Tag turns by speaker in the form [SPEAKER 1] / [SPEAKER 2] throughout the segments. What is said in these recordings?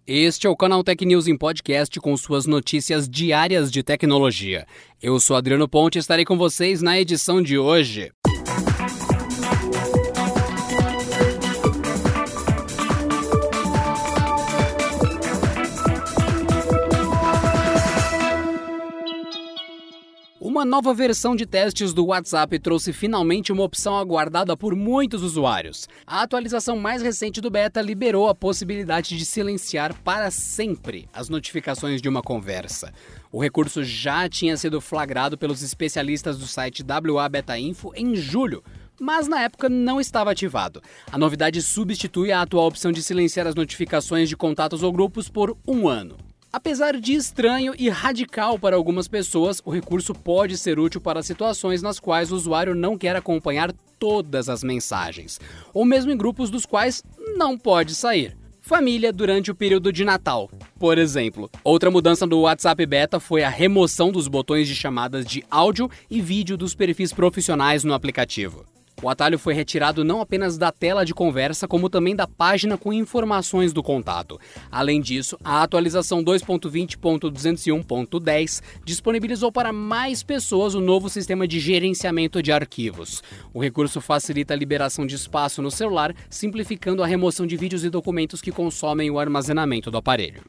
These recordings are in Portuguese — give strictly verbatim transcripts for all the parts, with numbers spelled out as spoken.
[SPEAKER 1] Este é o Canal Tech News em podcast com suas notícias diárias de tecnologia. Eu sou Adriano Ponte e estarei com vocês na edição de hoje. Uma nova versão de testes do WhatsApp trouxe finalmente uma opção aguardada por muitos usuários. A atualização mais recente do beta liberou a possibilidade de silenciar para sempre as notificações de uma conversa. O recurso já tinha sido flagrado pelos especialistas do site W A Beta Info em julho, mas na época não estava ativado. A novidade substitui a atual opção de silenciar as notificações de contatos ou grupos por um ano. Apesar de estranho e radical para algumas pessoas, o recurso pode ser útil para situações nas quais o usuário não quer acompanhar todas as mensagens, ou mesmo em grupos dos quais não pode sair. Família durante o período de Natal, por exemplo. Outra mudança do WhatsApp Beta foi a remoção dos botões de chamadas de áudio e vídeo dos perfis profissionais no aplicativo. O atalho foi retirado não apenas da tela de conversa, como também da página com informações do contato. Além disso, a atualização dois ponto vinte ponto duzentos e um ponto dez disponibilizou para mais pessoas o novo sistema de gerenciamento de arquivos. O recurso facilita a liberação de espaço no celular, simplificando a remoção de vídeos e documentos que consomem o armazenamento do aparelho.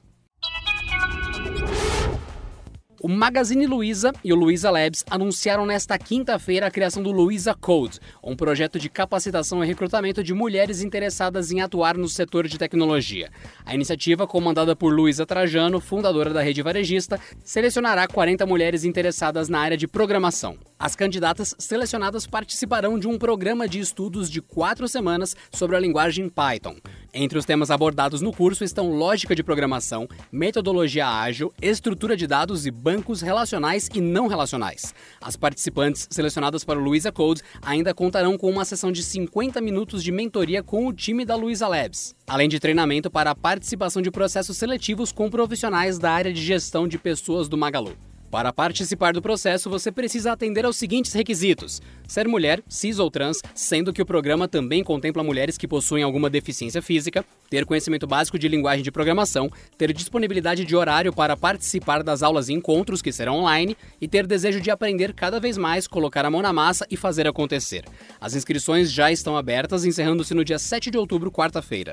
[SPEAKER 1] O Magazine Luiza e o Luiza Labs anunciaram nesta quinta-feira a criação do Luiza Code, um projeto de capacitação e recrutamento de mulheres interessadas em atuar no setor de tecnologia. A iniciativa, comandada por Luísa Trajano, fundadora da rede varejista, selecionará quarenta mulheres interessadas na área de programação. As candidatas selecionadas participarão de um programa de estudos de quatro semanas sobre a linguagem Python. Entre os temas abordados no curso estão lógica de programação, metodologia ágil, estrutura de dados e bancos relacionais e não relacionais. As participantes selecionadas para o Luiza Code ainda contarão com uma sessão de cinquenta minutos de mentoria com o time da Luiza Labs, além de treinamento para a participação de processos seletivos com profissionais da área de gestão de pessoas do Magalu. Para participar do processo, você precisa atender aos seguintes requisitos: ser mulher, cis ou trans, sendo que o programa também contempla mulheres que possuem alguma deficiência física, ter conhecimento básico de linguagem de programação, ter disponibilidade de horário para participar das aulas e encontros que serão online e ter desejo de aprender cada vez mais, colocar a mão na massa e fazer acontecer. As inscrições já estão abertas, encerrando-se no dia sete de outubro, quarta-feira.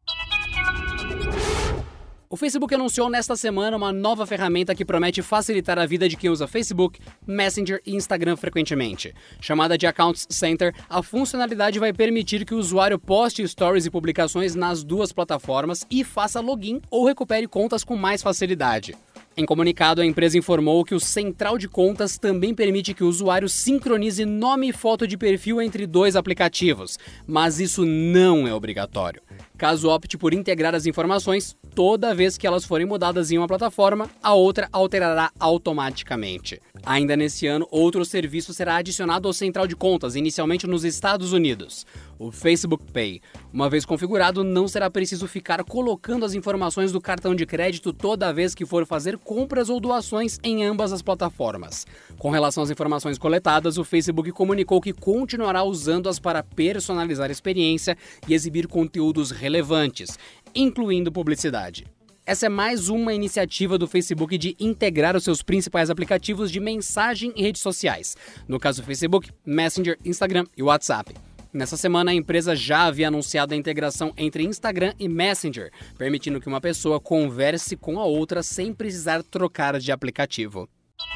[SPEAKER 1] O Facebook anunciou nesta semana uma nova ferramenta que promete facilitar a vida de quem usa Facebook, Messenger e Instagram frequentemente. Chamada de Accounts Center, a funcionalidade vai permitir que o usuário poste stories e publicações nas duas plataformas e faça login ou recupere contas com mais facilidade. Em comunicado, a empresa informou que o Central de Contas também permite que o usuário sincronize nome e foto de perfil entre dois aplicativos, mas isso não é obrigatório. Caso opte por integrar as informações, toda vez que elas forem mudadas em uma plataforma, a outra alterará automaticamente. Ainda nesse ano, outro serviço será adicionado ao Central de Contas, inicialmente nos Estados Unidos: o Facebook Pay. Uma vez configurado, não será preciso ficar colocando as informações do cartão de crédito toda vez que for fazer compras ou doações em ambas as plataformas. Com relação às informações coletadas, o Facebook comunicou que continuará usando-as para personalizar a experiência e exibir conteúdos relevantes, incluindo publicidade. Essa é mais uma iniciativa do Facebook de integrar os seus principais aplicativos de mensagem e redes sociais, no caso Facebook, Messenger, Instagram e WhatsApp. Nessa semana, a empresa já havia anunciado a integração entre Instagram e Messenger, permitindo que uma pessoa converse com a outra sem precisar trocar de aplicativo.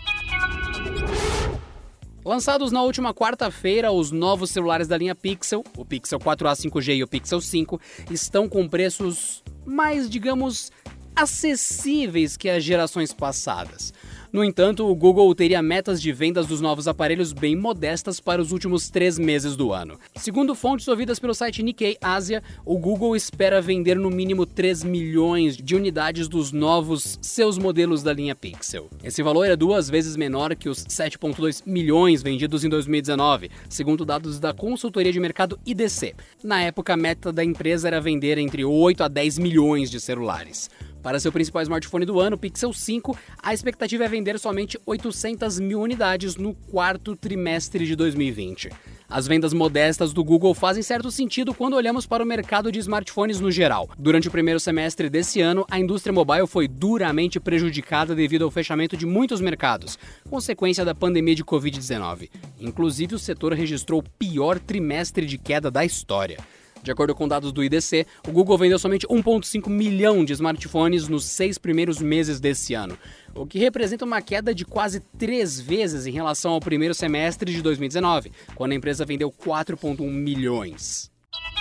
[SPEAKER 1] Lançados na última quarta-feira, os novos celulares da linha Pixel, o Pixel quatro a cinco G e o Pixel cinco, estão com preços mais, digamos, acessíveis que as gerações passadas. No entanto, o Google teria metas de vendas dos novos aparelhos bem modestas para os últimos três meses do ano. Segundo fontes ouvidas pelo site Nikkei Ásia, o Google espera vender no mínimo três milhões de unidades dos novos seus modelos da linha Pixel. Esse valor é duas vezes menor que os sete vírgula dois milhões vendidos em dois mil e dezenove, segundo dados da consultoria de mercado I D C. Na época, a meta da empresa era vender entre oito a dez milhões de celulares. Para seu principal smartphone do ano, o Pixel cinco, a expectativa é vender somente oitocentas mil unidades no quarto trimestre de dois mil e vinte. As vendas modestas do Google fazem certo sentido quando olhamos para o mercado de smartphones no geral. Durante o primeiro semestre desse ano, a indústria mobile foi duramente prejudicada devido ao fechamento de muitos mercados, consequência da pandemia de covid dezenove. Inclusive, o setor registrou o pior trimestre de queda da história. De acordo com dados do I D C, o Google vendeu somente um vírgula cinco milhão de smartphones nos seis primeiros meses desse ano, o que representa uma queda de quase três vezes em relação ao primeiro semestre de dois mil e dezenove, quando a empresa vendeu quatro vírgula um milhões.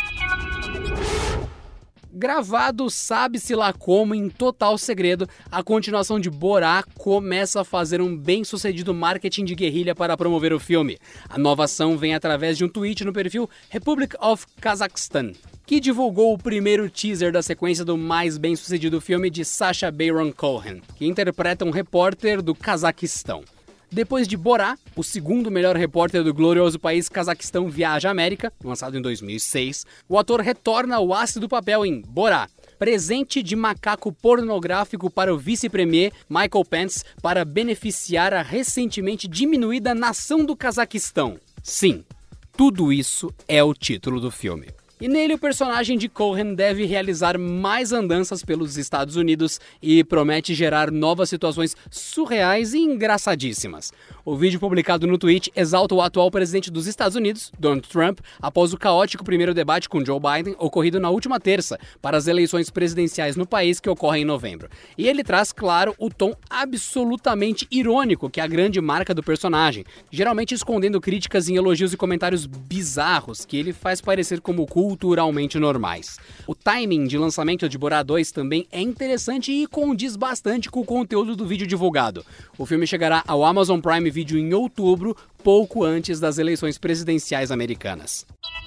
[SPEAKER 1] Gravado sabe-se lá como, em total segredo, a continuação de Borá começa a fazer um bem-sucedido marketing de guerrilha para promover o filme. A nova ação vem através de um tweet no perfil Republic of Kazakhstan, que divulgou o primeiro teaser da sequência do mais bem-sucedido filme de Sacha Baron Cohen, que interpreta um repórter do Cazaquistão. Depois de Borá, o segundo melhor repórter do glorioso país Cazaquistão viaja à América, lançado em dois mil e seis, o ator retorna ao ácido papel em Borá, presente de macaco pornográfico para o vice-premier Michael Pence para beneficiar a recentemente diminuída nação do Cazaquistão. Sim, tudo isso é o título do filme. E nele o personagem de Cohen deve realizar mais andanças pelos Estados Unidos e promete gerar novas situações surreais e engraçadíssimas. O vídeo publicado no Twitch exalta o atual presidente dos Estados Unidos, Donald Trump, após o caótico primeiro debate com Joe Biden ocorrido na última terça para as eleições presidenciais no país que ocorrem em novembro. E ele traz, claro, o tom absolutamente irônico que é a grande marca do personagem, geralmente escondendo críticas em elogios e comentários bizarros que ele faz parecer como cool culturalmente normais. O timing de lançamento de Borá dois também é interessante e condiz bastante com o conteúdo do vídeo divulgado. O filme chegará ao Amazon Prime Video em outubro, pouco antes das eleições presidenciais americanas.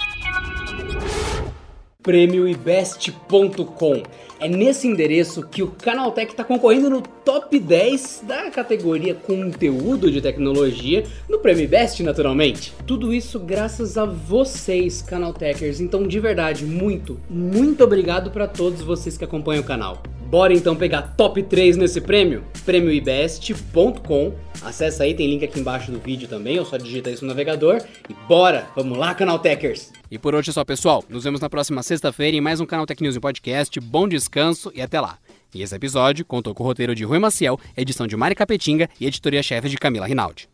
[SPEAKER 1] Prêmio I B E S T ponto com. É nesse endereço que o Canaltech está concorrendo no top dez da categoria Conteúdo de Tecnologia no Prêmio I B E S T, naturalmente. Tudo isso graças a vocês, Canaltechers. Então, de verdade, muito, muito obrigado para todos vocês que acompanham o canal. Bora então pegar top três nesse prêmio? Prêmio I B E S T ponto com. Acessa aí, tem link aqui embaixo do vídeo também, ou só digita isso no navegador. E bora! Vamos lá, Canaltechers! E por hoje é só, pessoal. Nos vemos na próxima sexta-feira em mais um Canaltech News em Podcast. Bom descanso e até lá. E esse episódio contou com o roteiro de Rui Maciel, edição de Mari Capetinga e editoria-chefe de Camila Rinaldi.